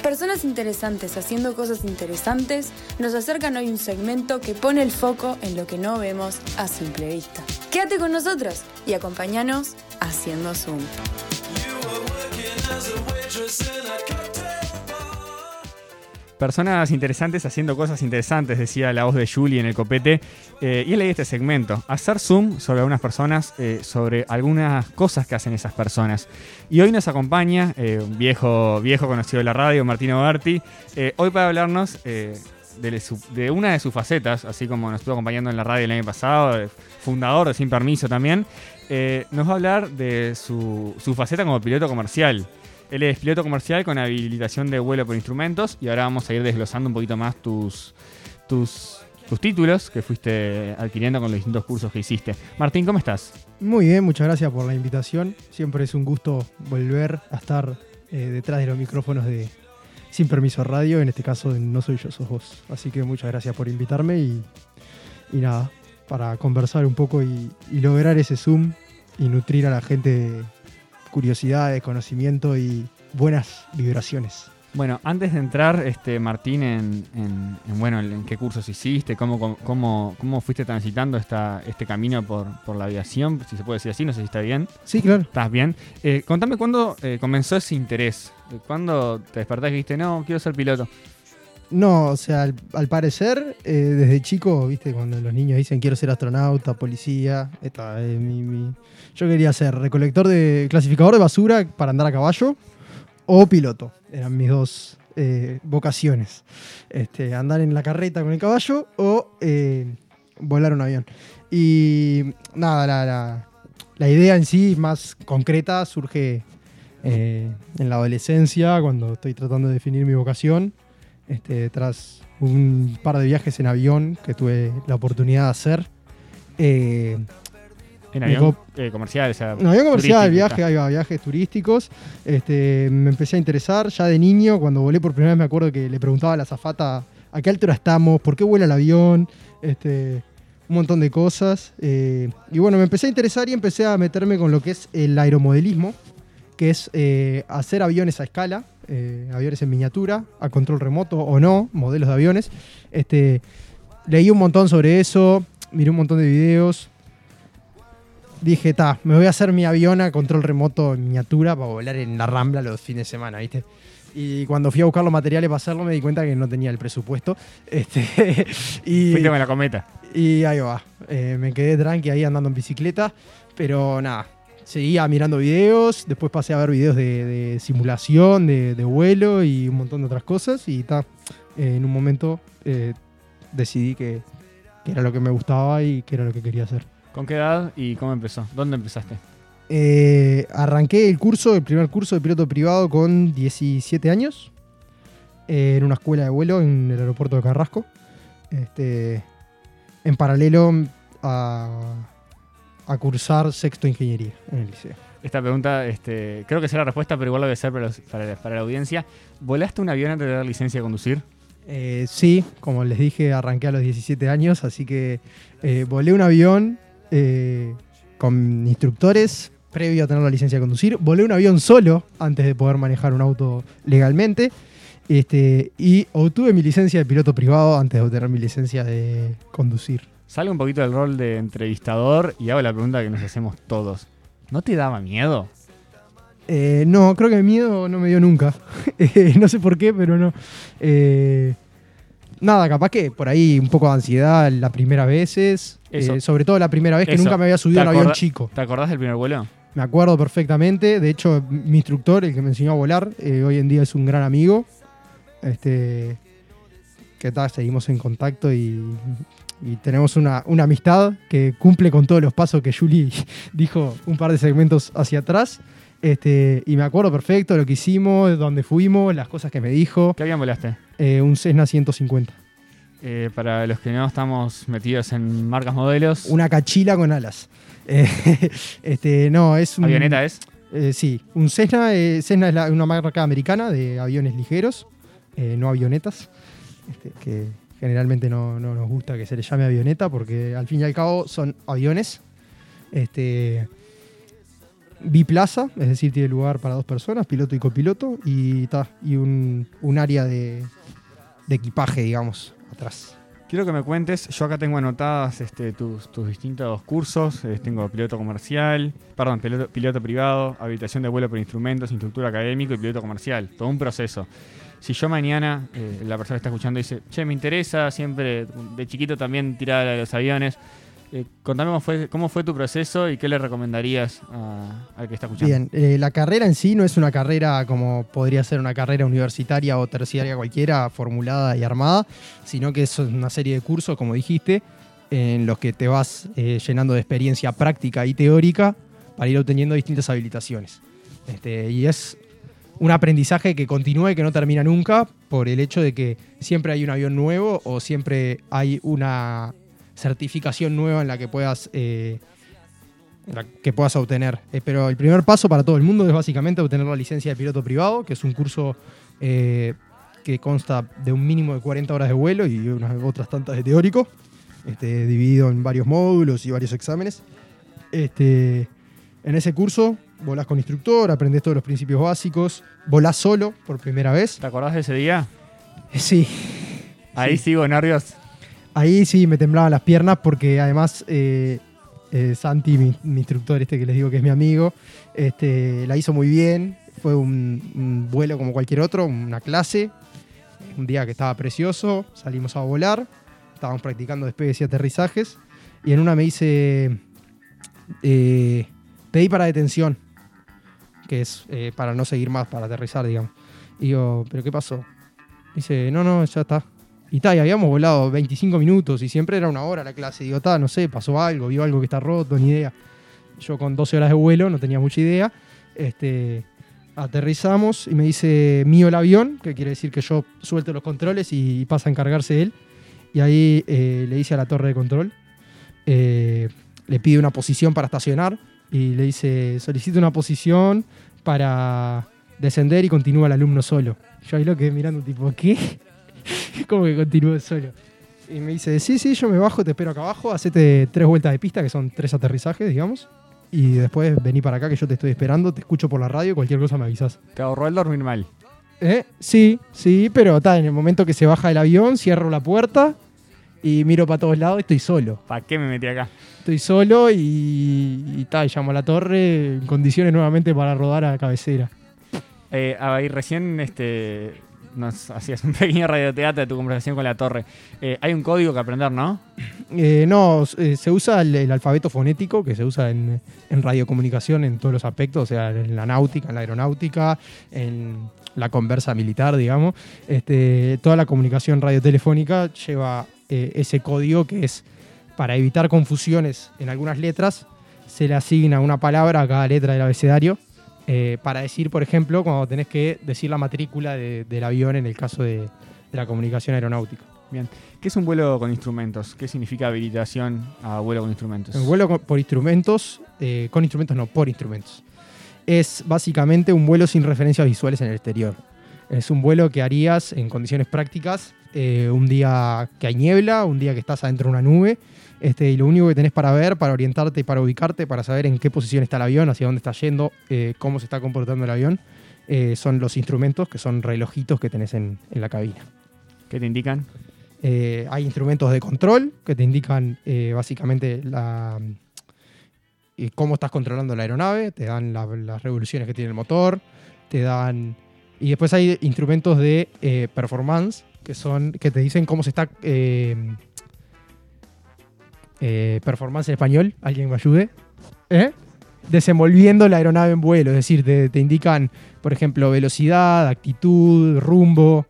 Personas interesantes haciendo cosas interesantes nos acercan hoy un segmento que pone el foco en lo que no vemos a simple vista. Quédate con nosotros y acompáñanos haciendo Zoom. Personas interesantes haciendo cosas interesantes, decía la voz de Julie en el copete. Y él leí este segmento, hacer zoom sobre algunas personas, sobre algunas cosas que hacen esas personas. Y hoy nos acompaña un viejo conocido de la radio, Martino Berti, hoy para hablarnos de una de sus facetas, así como nos estuvo acompañando en la radio el año pasado, fundador de Sin Permiso también. Nos va a hablar de su faceta como piloto comercial. Él es piloto comercial con habilitación de vuelo por instrumentos y ahora vamos a ir desglosando un poquito más tus títulos que fuiste adquiriendo con los distintos cursos que hiciste. Martín, ¿cómo estás? Muy bien, muchas gracias por la invitación. Siempre es un gusto volver a estar detrás de los micrófonos de Sin Permiso Radio. En este caso no soy yo, sos vos. Así que muchas gracias por invitarme y nada, para conversar un poco y lograr ese Zoom y nutrir a la gente de curiosidades, conocimiento y buenas vibraciones. Bueno, antes de entrar, Martín, en qué cursos hiciste, cómo fuiste transitando este camino por la aviación, si se puede decir así, no sé si está bien. Sí, claro. ¿Estás bien? Contame cuándo comenzó ese interés. ¿Cuándo te despertaste y dijiste, no, quiero ser piloto? No, o sea, al parecer, desde chico, viste, cuando los niños dicen quiero ser astronauta, policía, yo quería ser clasificador de basura para andar a caballo o piloto. Eran mis dos vocaciones. Andar en la carreta con el caballo o volar un avión. Y nada, la idea en sí más concreta surge en la adolescencia, cuando estoy tratando de definir mi vocación. Tras un par de viajes en avión que tuve la oportunidad de hacer. ¿En avión comercial? O sea, en avión comercial, viajes turísticos. Me empecé a interesar ya de niño. Cuando volé por primera vez me acuerdo que le preguntaba a la azafata a qué altura estamos, por qué vuela el avión, un montón de cosas. Y bueno, me empecé a interesar y empecé a meterme con lo que es el aeromodelismo, que es hacer aviones a escala. Aviones en miniatura, a control remoto o no, modelos de aviones. Leí un montón sobre eso, miré un montón de videos. Dije, me voy a hacer mi avión a control remoto en miniatura para volar en la Rambla los fines de semana, ¿viste? Y cuando fui a buscar los materiales para hacerlo me di cuenta que no tenía el presupuesto. Fuiste con la cometa. Y ahí va. Me quedé tranqui ahí andando en bicicleta, pero nada. Seguía mirando videos, después pasé a ver videos de simulación, de vuelo y un montón de otras cosas. Y en un momento decidí que era lo que me gustaba y que era lo que quería hacer. ¿Con qué edad y cómo empezó? ¿Dónde empezaste? Arranqué el primer curso de piloto privado con 17 años en una escuela de vuelo en el aeropuerto de Carrasco. En paralelo a cursar sexto ingeniería en el liceo. Esta pregunta, creo que sé la respuesta, pero igual lo voy a hacer para la audiencia. ¿Volaste un avión antes de dar licencia de conducir? Sí, como les dije, arranqué a los 17 años, así que volé un avión con instructores previo a tener la licencia de conducir. Volé un avión solo antes de poder manejar un auto legalmente. Y obtuve mi licencia de piloto privado antes de obtener mi licencia de conducir. Salgo un poquito del rol de entrevistador y hago la pregunta que nos hacemos todos. ¿No te daba miedo? No, creo que miedo no me dio nunca. No sé por qué, pero no. Nada, capaz que por ahí un poco de ansiedad las primeras veces. Sobre todo la primera vez que nunca me había subido a un avión chico. ¿Te acordás del primer vuelo? Me acuerdo perfectamente. De hecho, mi instructor, el que me enseñó a volar, hoy en día es un gran amigo. Seguimos en contacto y tenemos una amistad que cumple con todos los pasos que Julie dijo un par de segmentos hacia atrás. Y me acuerdo perfecto de lo que hicimos, de dónde fuimos, las cosas que me dijo. ¿Qué avión volaste? Un Cessna 150. Para los que no estamos metidos en marcas modelos. Una cachila con alas. No, es un... ¿Avioneta es? Sí, un Cessna. Cessna es una marca americana de aviones ligeros, no avionetas, que generalmente no nos gusta que se le llame avioneta porque al fin y al cabo son aviones. biplaza, es decir, tiene lugar para 2 personas, piloto y copiloto, y un área de equipaje, digamos, atrás. Quiero que me cuentes, yo acá tengo anotadas tus distintos cursos, tengo piloto privado, habilitación de vuelo por instrumentos, instructor académico y piloto comercial, todo un proceso. Si yo mañana, la persona que está escuchando dice, che, me interesa, siempre de chiquito también tirar a los aviones, contame cómo fue tu proceso y qué le recomendarías al que está escuchando. Bien, la carrera en sí no es una carrera como podría ser una carrera universitaria o terciaria cualquiera, formulada y armada, sino que es una serie de cursos, como dijiste, en los que te vas llenando de experiencia práctica y teórica para ir obteniendo distintas habilitaciones. Y es un aprendizaje que continúa y que no termina nunca por el hecho de que siempre hay un avión nuevo o siempre hay una certificación nueva en la que puedas obtener. Pero el primer paso para todo el mundo es básicamente obtener la licencia de piloto privado, que es un curso que consta de un mínimo de 40 horas de vuelo y unas otras tantas de teórico, dividido en varios módulos y varios exámenes. En ese curso volás con instructor, aprendés todos los principios básicos, volás solo por primera vez. ¿Te acordás de ese día? Sí. Ahí sí. Sigo nervios. Ahí sí me temblaban las piernas porque además Santi, mi instructor que les digo que es mi amigo, la hizo muy bien. Fue un vuelo como cualquier otro, una clase. Un día que estaba precioso, salimos a volar, estábamos practicando despegues y aterrizajes y en una me dice, pedí para detención, que es para no seguir más, para aterrizar, digamos. Y digo, ¿pero qué pasó? Dice, no, ya está. Y habíamos volado 25 minutos y siempre era 1 hora la clase. Digo, no sé, pasó algo, vio algo que está roto, ni idea. Yo con 12 horas de vuelo no tenía mucha idea. Aterrizamos y me dice, mío el avión, que quiere decir que yo suelto los controles y pasa a encargarse él. Y ahí le dice a la torre de control, le pide una posición para estacionar y le dice, solicito una posición para descender y continúa el alumno solo. Yo ahí lo quedé mirando tipo, ¿qué? ¿Cómo que continúo solo? Y me dice, sí, yo me bajo, te espero acá abajo, hacete 3 vueltas de pista, que son 3 aterrizajes, digamos, y después vení para acá que yo te estoy esperando, te escucho por la radio, cualquier cosa me avisas. ¿Te ahorró el dormir mal? Sí, pero en el momento que se baja el avión, cierro la puerta y miro para todos lados, estoy solo. ¿Para qué me metí acá? Estoy solo y llamo a la torre en condiciones nuevamente para rodar a cabecera. Ahí recién nos hacías un pequeño radioteatro de tu conversación con la torre. Hay un código que aprender, ¿no? No, se usa el alfabeto fonético que se usa en radiocomunicación en todos los aspectos, o sea, en la náutica, en la aeronáutica, en la conversa militar, digamos. Toda la comunicación radiotelefónica lleva ese código que es para evitar confusiones en algunas letras. Se le asigna una palabra a cada letra del abecedario. Para decir, por ejemplo, cuando tenés que decir la matrícula del avión en el caso de la comunicación aeronáutica. Bien. ¿Qué es un vuelo con instrumentos? ¿Qué significa habilitación a vuelo con instrumentos? El vuelo por instrumentos, por instrumentos. Es básicamente un vuelo sin referencias visuales en el exterior. Es un vuelo que harías en condiciones prácticas, un día que hay niebla, un día que estás adentro de una nube, y lo único que tenés para ver, para orientarte y para ubicarte, para saber en qué posición está el avión, hacia dónde está yendo, cómo se está comportando el avión, son los instrumentos, que son relojitos que tenés en la cabina. ¿Qué te indican? Hay instrumentos de control que te indican básicamente cómo estás controlando la aeronave, te dan las revoluciones que tiene el motor, te dan... Y después hay instrumentos de performance, que te dicen cómo se está... performance en español, alguien me ayude. Desenvolviendo la aeronave en vuelo, es decir, te indican, por ejemplo, velocidad, actitud, rumbo,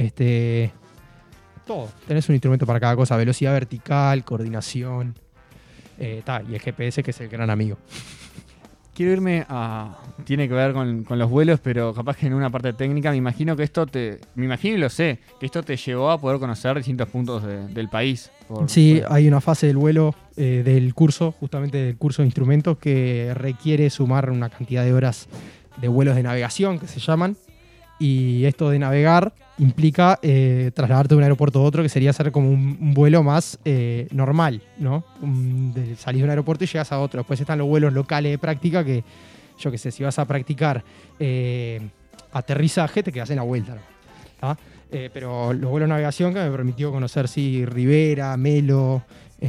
todo. Tenés un instrumento para cada cosa, velocidad vertical, coordinación, y el GPS, que es el gran amigo. Quiero irme tiene que ver con los vuelos, pero capaz que en una parte técnica me imagino y lo sé, que esto te llevó a poder conocer distintos puntos del país. Sí, hay una fase del vuelo del curso, justamente del curso de instrumentos, que requiere sumar una cantidad de horas de vuelos de navegación, que se llaman, y esto de navegar implica trasladarte de un aeropuerto a otro, que sería hacer como un vuelo más normal, ¿no? Salís de un aeropuerto y llegas a otro. Después están los vuelos locales de práctica, que yo qué sé, si vas a practicar aterrizaje, te quedas en la vuelta, ¿no? ¿Ah? Pero los vuelos de navegación que me permitió conocer, sí, Rivera, Melo,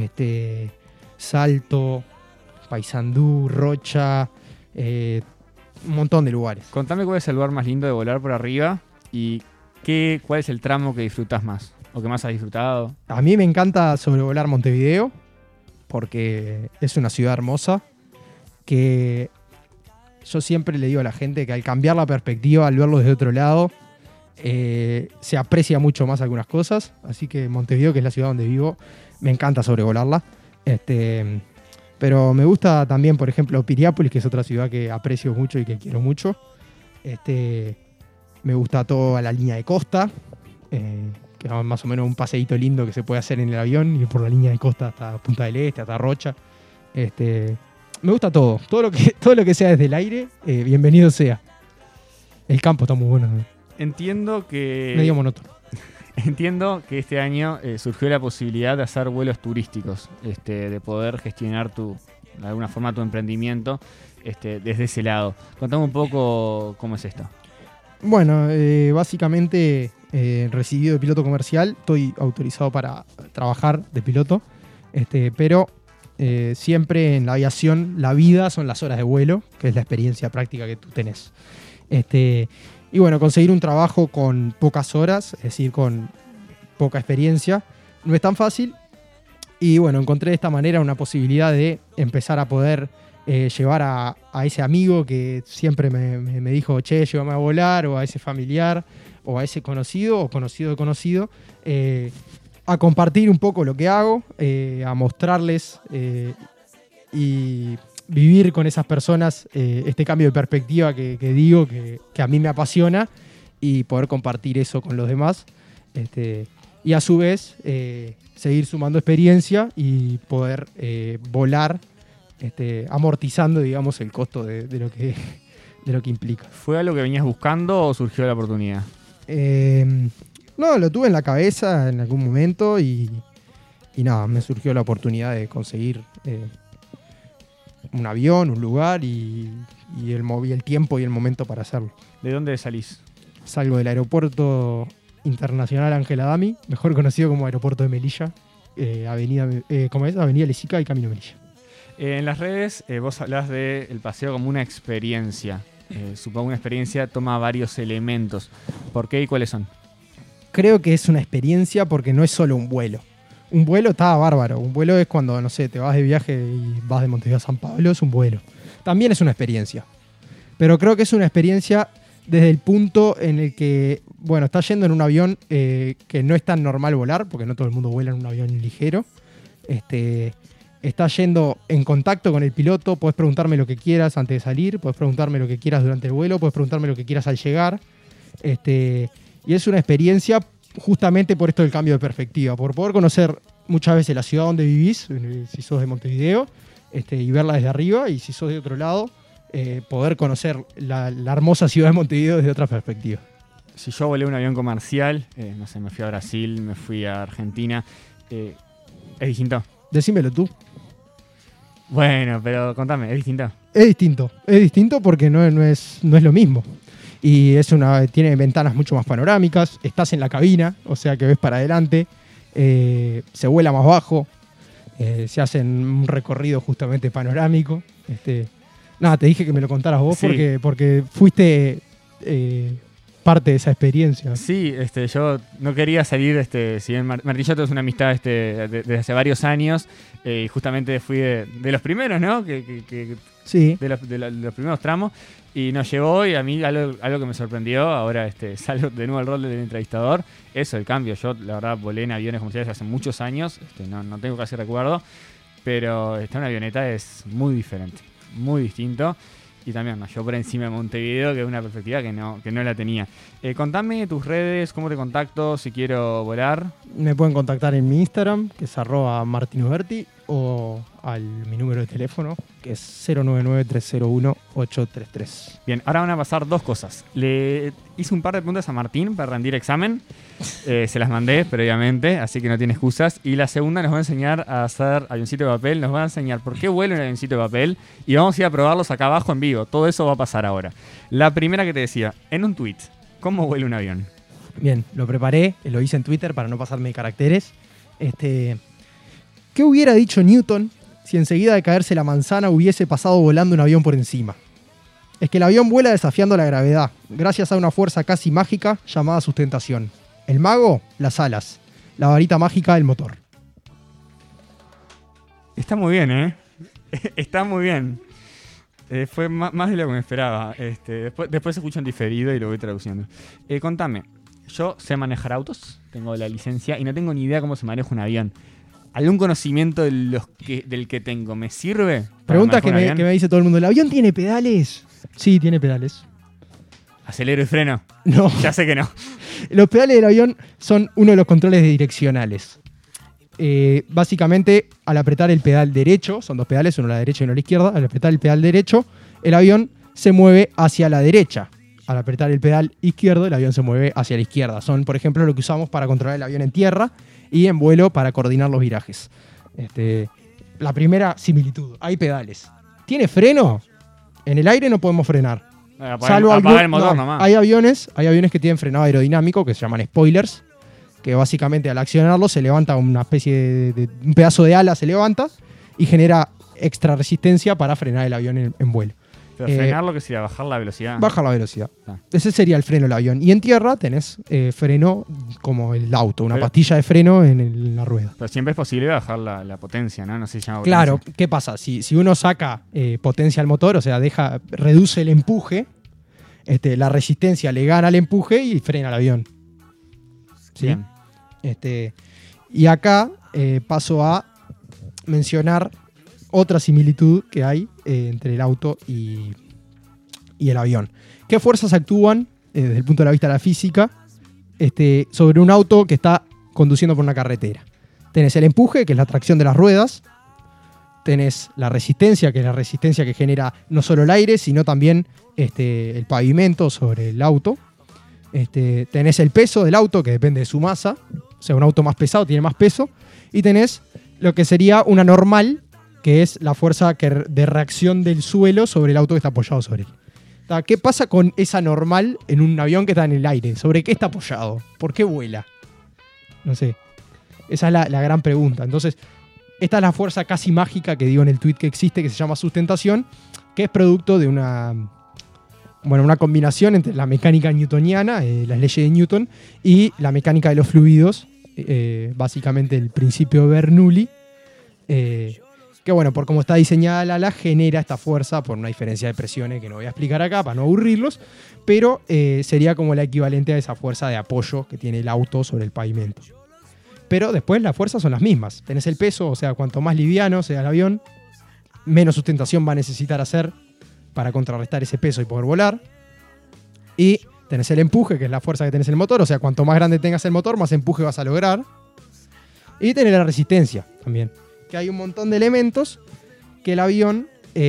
Salto, Paysandú, Rocha, un montón de lugares. Contame cuál es el lugar más lindo de volar por arriba y cuál es el tramo que disfrutás más o que más has disfrutado. A mí me encanta sobrevolar Montevideo porque es una ciudad hermosa que yo siempre le digo a la gente que al cambiar la perspectiva, al verlo desde otro lado, se aprecia mucho más algunas cosas. Así que Montevideo, que es la ciudad donde vivo, me encanta sobrevolarla. Pero me gusta también, por ejemplo, Piriápolis, que es otra ciudad que aprecio mucho y que quiero mucho. Me gusta toda la línea de costa, que es más o menos un paseíto lindo que se puede hacer en el avión, ir por la línea de costa hasta Punta del Este, hasta Rocha. Me gusta todo lo que sea desde el aire, bienvenido sea. El campo está muy bueno también. Entiendo que... Medio monótono. Entiendo que este año surgió la posibilidad de hacer vuelos turísticos, de poder gestionar de alguna forma tu emprendimiento desde ese lado. Contame un poco cómo es esto. Bueno, básicamente recibido de piloto comercial, estoy autorizado para trabajar de piloto, pero siempre en la aviación la vida son las horas de vuelo, que es la experiencia práctica que tú tenés. Y bueno, conseguir un trabajo con pocas horas, es decir, con poca experiencia, no es tan fácil. Y bueno, encontré de esta manera una posibilidad de empezar a poder llevar a ese amigo que siempre me dijo, che, llévame a volar, o a ese familiar, o a ese conocido, o conocido de conocido, a compartir un poco lo que hago, a mostrarles y vivir con esas personas este cambio de perspectiva que digo que a mí me apasiona, y poder compartir eso con los demás, y a su vez seguir sumando experiencia y poder volar amortizando, digamos, el costo de lo que implica. ¿Fue algo que venías buscando o surgió la oportunidad? No, lo tuve en la cabeza en algún momento y nada, me surgió la oportunidad de conseguir un avión, un lugar y el tiempo y el momento para hacerlo. ¿De dónde salís? Salgo del aeropuerto internacional Ángel Adami, mejor conocido como aeropuerto de Melilla, Avenida Lesica y Camino Melilla. En las redes vos hablás del paseo como una experiencia. Supongo una experiencia toma varios elementos. ¿Por qué y cuáles son? Creo que es una experiencia porque no es solo un vuelo. Un vuelo está bárbaro. Un vuelo es cuando, no sé, te vas de viaje y vas de Montevideo a San Pablo, es un vuelo. También es una experiencia. Pero creo que es una experiencia desde el punto en el que, bueno, estás yendo en un avión que no es tan normal volar, porque no todo el mundo vuela en un avión ligero. Estás yendo en contacto con el piloto, puedes preguntarme lo que quieras antes de salir, puedes preguntarme lo que quieras durante el vuelo, puedes preguntarme lo que quieras al llegar. Y es una experiencia justamente por esto del cambio de perspectiva, por poder conocer muchas veces la ciudad donde vivís, si sos de Montevideo, y verla desde arriba, y si sos de otro lado, poder conocer la hermosa ciudad de Montevideo desde otra perspectiva. Si yo volé un avión comercial, no sé, me fui a Brasil, me fui a Argentina, ¿es distinto? Decímelo tú. Bueno, pero contame, ¿es distinto? Es distinto porque no es lo mismo. Y tiene ventanas mucho más panorámicas, estás en la cabina, o sea que ves para adelante, se vuela más bajo, se hace un recorrido justamente panorámico. Nada, te dije que me lo contaras vos, sí, porque fuiste parte de esa experiencia. Sí, yo no quería salir, si bien Martín y yo tenemos una amistad desde hace varios años, y justamente fui de los primeros, ¿no? Sí. De los primeros tramos, y nos llevó, y a mí algo que me sorprendió, ahora salgo de nuevo al rol del entrevistador, eso, el cambio. Yo, la verdad, volé en aviones comerciales hace muchos años, no tengo casi recuerdo, pero estar en una avioneta es muy diferente, muy distinto. Y también yo por encima de Montevideo, que es una perspectiva que no la tenía. Contame tus redes, cómo te contacto si quiero volar. Me pueden contactar en mi Instagram, que es @martinuberti, o a mi número de teléfono, que es 099-301-833. Bien, ahora van a pasar dos cosas. Le hice un par de preguntas a Martín para rendir examen. Se las mandé previamente, así que no tiene excusas. Y la segunda nos va a enseñar a hacer avioncito de papel. Nos va a enseñar por qué vuela un avioncito de papel. Y vamos a ir a probarlos acá abajo en vivo. Todo eso va a pasar ahora. La primera que te decía, en un tweet, ¿cómo vuela un avión? Bien, lo preparé, lo hice en Twitter para no pasarme de caracteres. ¿Qué hubiera dicho Newton si enseguida de caerse la manzana hubiese pasado volando un avión por encima? Es que el avión vuela desafiando la gravedad, gracias a una fuerza casi mágica llamada sustentación. El mago, las alas. La varita mágica, el motor. Está muy bien, ¿eh? Está muy bien. Fue más de lo que me esperaba. Después se escucha en diferido y lo voy traduciendo. Contame, yo sé manejar autos, tengo la licencia y no tengo ni idea cómo se maneja un avión. ¿Algún conocimiento del que tengo me sirve? Pregunta que me dice todo el mundo. ¿El avión tiene pedales? Sí, tiene pedales. ¿Acelero y freno? No. Ya sé que no. Los pedales del avión son uno de los controles direccionales. Básicamente, al apretar el pedal derecho, son dos pedales, uno a la derecha y uno a la izquierda, al apretar el pedal derecho, el avión se mueve hacia la derecha. Al apretar el pedal izquierdo, el avión se mueve hacia la izquierda. Son, por ejemplo, lo que usamos para controlar el avión en tierra y en vuelo para coordinar los virajes. La primera similitud, hay pedales. ¿Tiene freno? En el aire no podemos frenar. Apagar el motor nomás. Hay aviones que tienen frenado aerodinámico, que se llaman spoilers, que básicamente al accionarlo se levanta una especie de un pedazo de ala, se levanta y genera extra resistencia para frenar el avión en vuelo. Pero frenar lo que sería bajar la velocidad. Bajar la velocidad. Ese sería el freno del avión. Y en tierra tenés freno como el auto, una pastilla de freno en la rueda. Pero siempre es posible bajar la potencia, ¿no? No se llama potencia. Claro, ¿qué pasa? Si uno saca potencia al motor, o sea, reduce el empuje, la resistencia le gana al empuje y frena el avión. ¿Sí? Bien. Y acá paso a mencionar otra similitud que hay entre el auto y el avión. ¿Qué fuerzas actúan desde el punto de vista de la física sobre un auto que está conduciendo por una carretera? Tenés el empuje, que es la tracción de las ruedas. Tenés la resistencia, que es la resistencia que genera no solo el aire, sino también el pavimento sobre el auto. Tenés el peso del auto, que depende de su masa. O sea, un auto más pesado tiene más peso. Y tenés lo que sería una normal, que es la fuerza de reacción del suelo sobre el auto que está apoyado sobre él. ¿Qué pasa con esa normal en un avión que está en el aire? ¿Sobre qué está apoyado? ¿Por qué vuela? No sé. Esa es la gran pregunta. Entonces, esta es la fuerza casi mágica que digo en el tweet que existe, que se llama sustentación, que es producto de una combinación entre la mecánica newtoniana, las leyes de Newton, y la mecánica de los fluidos, básicamente el principio de Bernoulli, que por cómo está diseñada el ala, genera esta fuerza por una diferencia de presiones que no voy a explicar acá para no aburrirlos, pero sería como la equivalente a esa fuerza de apoyo que tiene el auto sobre el pavimento. Pero después las fuerzas son las mismas. Tenés el peso, o sea, cuanto más liviano sea el avión, menos sustentación va a necesitar hacer para contrarrestar ese peso y poder volar. Y tenés el empuje, que es la fuerza que tenés en el motor, o sea, cuanto más grande tengas el motor, más empuje vas a lograr. Y tenés la resistencia también, que hay un montón de elementos que el avión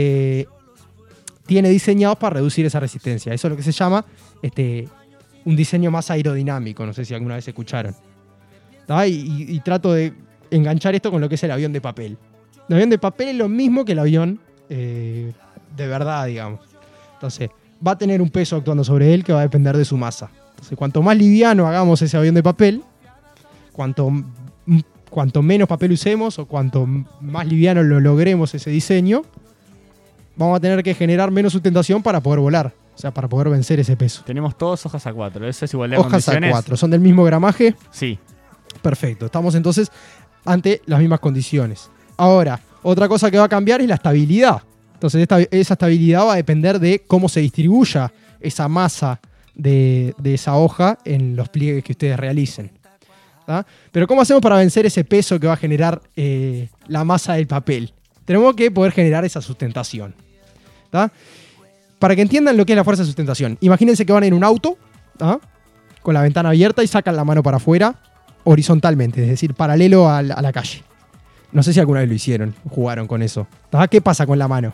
tiene diseñados para reducir esa resistencia. Eso es lo que se llama un diseño más aerodinámico, no sé si alguna vez escucharon. Y trato de enganchar esto con lo que es el avión de papel. El avión de papel es lo mismo que el avión de verdad, digamos. Entonces, va a tener un peso actuando sobre él que va a depender de su masa. Entonces, cuanto más liviano hagamos ese avión de papel, cuanto menos papel usemos o cuanto más liviano lo logremos ese diseño, vamos a tener que generar menos sustentación para poder volar. O sea, para poder vencer ese peso. Tenemos todos hojas A4. ¿Eso es igualdad de hojas condiciones? A4. ¿Son del mismo gramaje? Sí. Perfecto. Estamos entonces ante las mismas condiciones. Ahora, otra cosa que va a cambiar es la estabilidad. Entonces, esa estabilidad va a depender de cómo se distribuya esa masa de esa hoja en los pliegues que ustedes realicen. ¿Tá? Pero ¿cómo hacemos para vencer ese peso que va a generar la masa del papel? Tenemos que poder generar esa sustentación. ¿Tá? Para que entiendan lo que es la fuerza de sustentación, imagínense que van en un auto, ¿tá? Con la ventana abierta y sacan la mano para afuera horizontalmente, es decir, paralelo a la calle. No sé si alguna vez lo hicieron, jugaron con eso. ¿Qué pasa con la mano?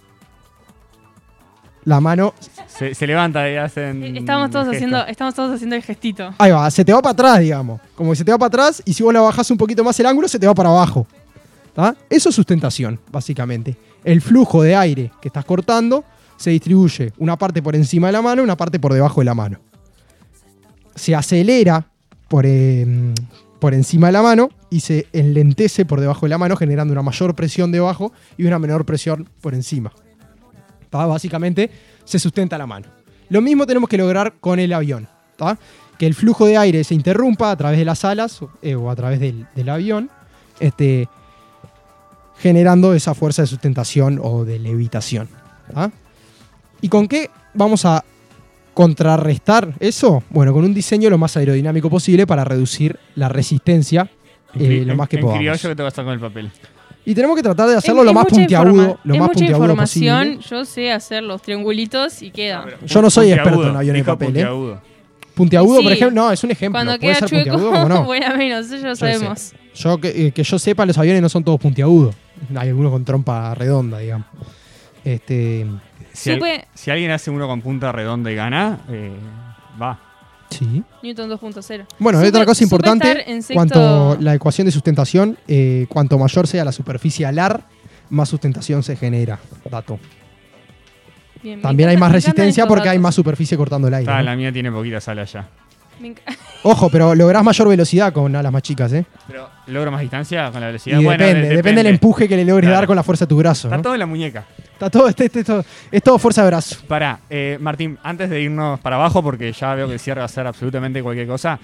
La mano... Se levanta y hacen... Estamos todos haciendo el gestito. Ahí va, se te va para atrás, digamos. Como que se te va para atrás y si vos la bajás un poquito más el ángulo, se te va para abajo. Eso es sustentación, básicamente. El flujo de aire que estás cortando se distribuye una parte por encima de la mano y una parte por debajo de la mano. Se acelera por encima de la mano y se enlentece por debajo de la mano, generando una mayor presión debajo y una menor presión por encima. Básicamente se sustenta la mano. Lo mismo tenemos que lograr con el avión. Que el flujo de aire se interrumpa a través de las alas o a través del avión, generando esa fuerza de sustentación o de levitación. ¿Y con qué vamos a contrarrestar eso? Bueno, con un diseño lo más aerodinámico posible para reducir la resistencia lo más que podamos. En criollo, ¿qué te va a estar con el papel? Y tenemos que tratar de hacerlo lo más puntiagudo, posible. Información. Yo sé hacer los triangulitos y queda. Yo no soy experto en aviones de papel. Puntiagudo. Puntiagudo, Sí. por ejemplo, no, es un ejemplo. Cuando Puede queda ser chueco, puntiagudo, ¿cómo no? bueno, menos, eso ya lo sabemos. Que yo sepa, los aviones no son todos puntiagudos. Hay algunos con trompa redonda, digamos. Si alguien hace uno con punta redonda y gana, va. Sí. Newton 2.0. Bueno, hay otra cosa importante, sexto... cuanto la ecuación de sustentación, cuanto mayor sea la superficie alar, más sustentación se genera. Dato. Bien, También hay más resistencia porque datos. hay más superficie cortando el aire. ¿No? La mía tiene poquitas alas ya. Ojo, pero lográs mayor velocidad con alas más chicas, ¿eh? Pero ¿logro más distancia con la velocidad? Y Bueno, depende del empuje que le logres dar con la fuerza de tu brazo. Está ¿no? todo en la muñeca. Está todo, es todo fuerza de brazo. Pará, Martín, antes de irnos para abajo, porque ya veo que el cierre va a ser absolutamente cualquier cosa,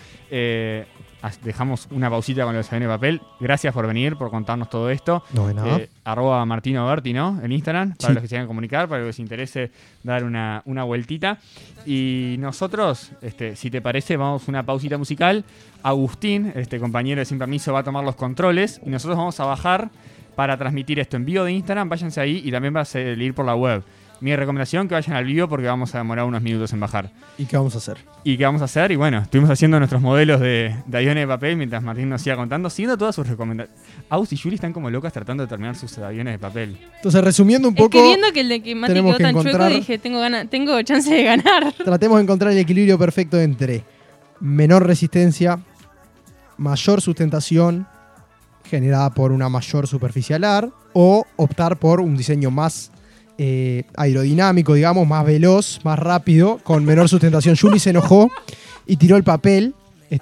dejamos una pausita con los aviones de papel. Gracias por venir, por contarnos todo esto. No, de nada. @MartinoBerti, ¿no? En Instagram, para Sí. los que se quieran comunicar, para los que les interese dar una vueltita. Y nosotros, si te parece, vamos a una pausita musical. Agustín, compañero de Sin Permiso, va a tomar los controles y nosotros vamos a bajar para transmitir esto en vivo de Instagram. Váyanse ahí y también va a salir por la web. Mi recomendación, que vayan al vivo porque vamos a demorar unos minutos en bajar. ¿Y qué vamos a hacer? Y bueno, estuvimos haciendo nuestros modelos de aviones de papel mientras Martín nos siga contando, siguiendo todas sus recomendaciones. Aus y Yuri están como locas tratando de terminar sus aviones de papel. Entonces, resumiendo un poco, Es que viendo que el de que Mati tenemos quedó que tan chueco, encontrar- dije, tengo chance de ganar. tratemos de encontrar el equilibrio perfecto entre menor resistencia, mayor sustentación generada por una mayor superficie alar, o optar por un diseño más aerodinámico, digamos, más veloz, más rápido, con menor sustentación. Juli se enojó y tiró el papel.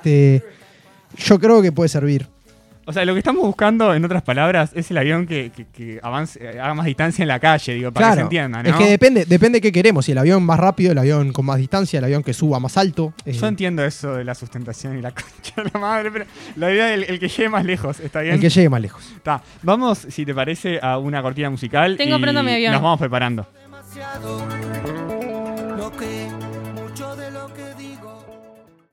Yo creo que puede servir. O sea, lo que estamos buscando, en otras palabras, es el avión que avance, haga más distancia en la calle, digo, para que se entienda, ¿no? Es que depende qué queremos. Si el avión más rápido, el avión con más distancia, el avión que suba más alto. Yo entiendo eso de la sustentación y la concha de la madre, pero la idea del el que llegue más lejos, ¿está bien? El que llegue más lejos. Vamos, si te parece, a una cortina musical. Tengo pronto mi avión. Nos vamos preparando. Demasiado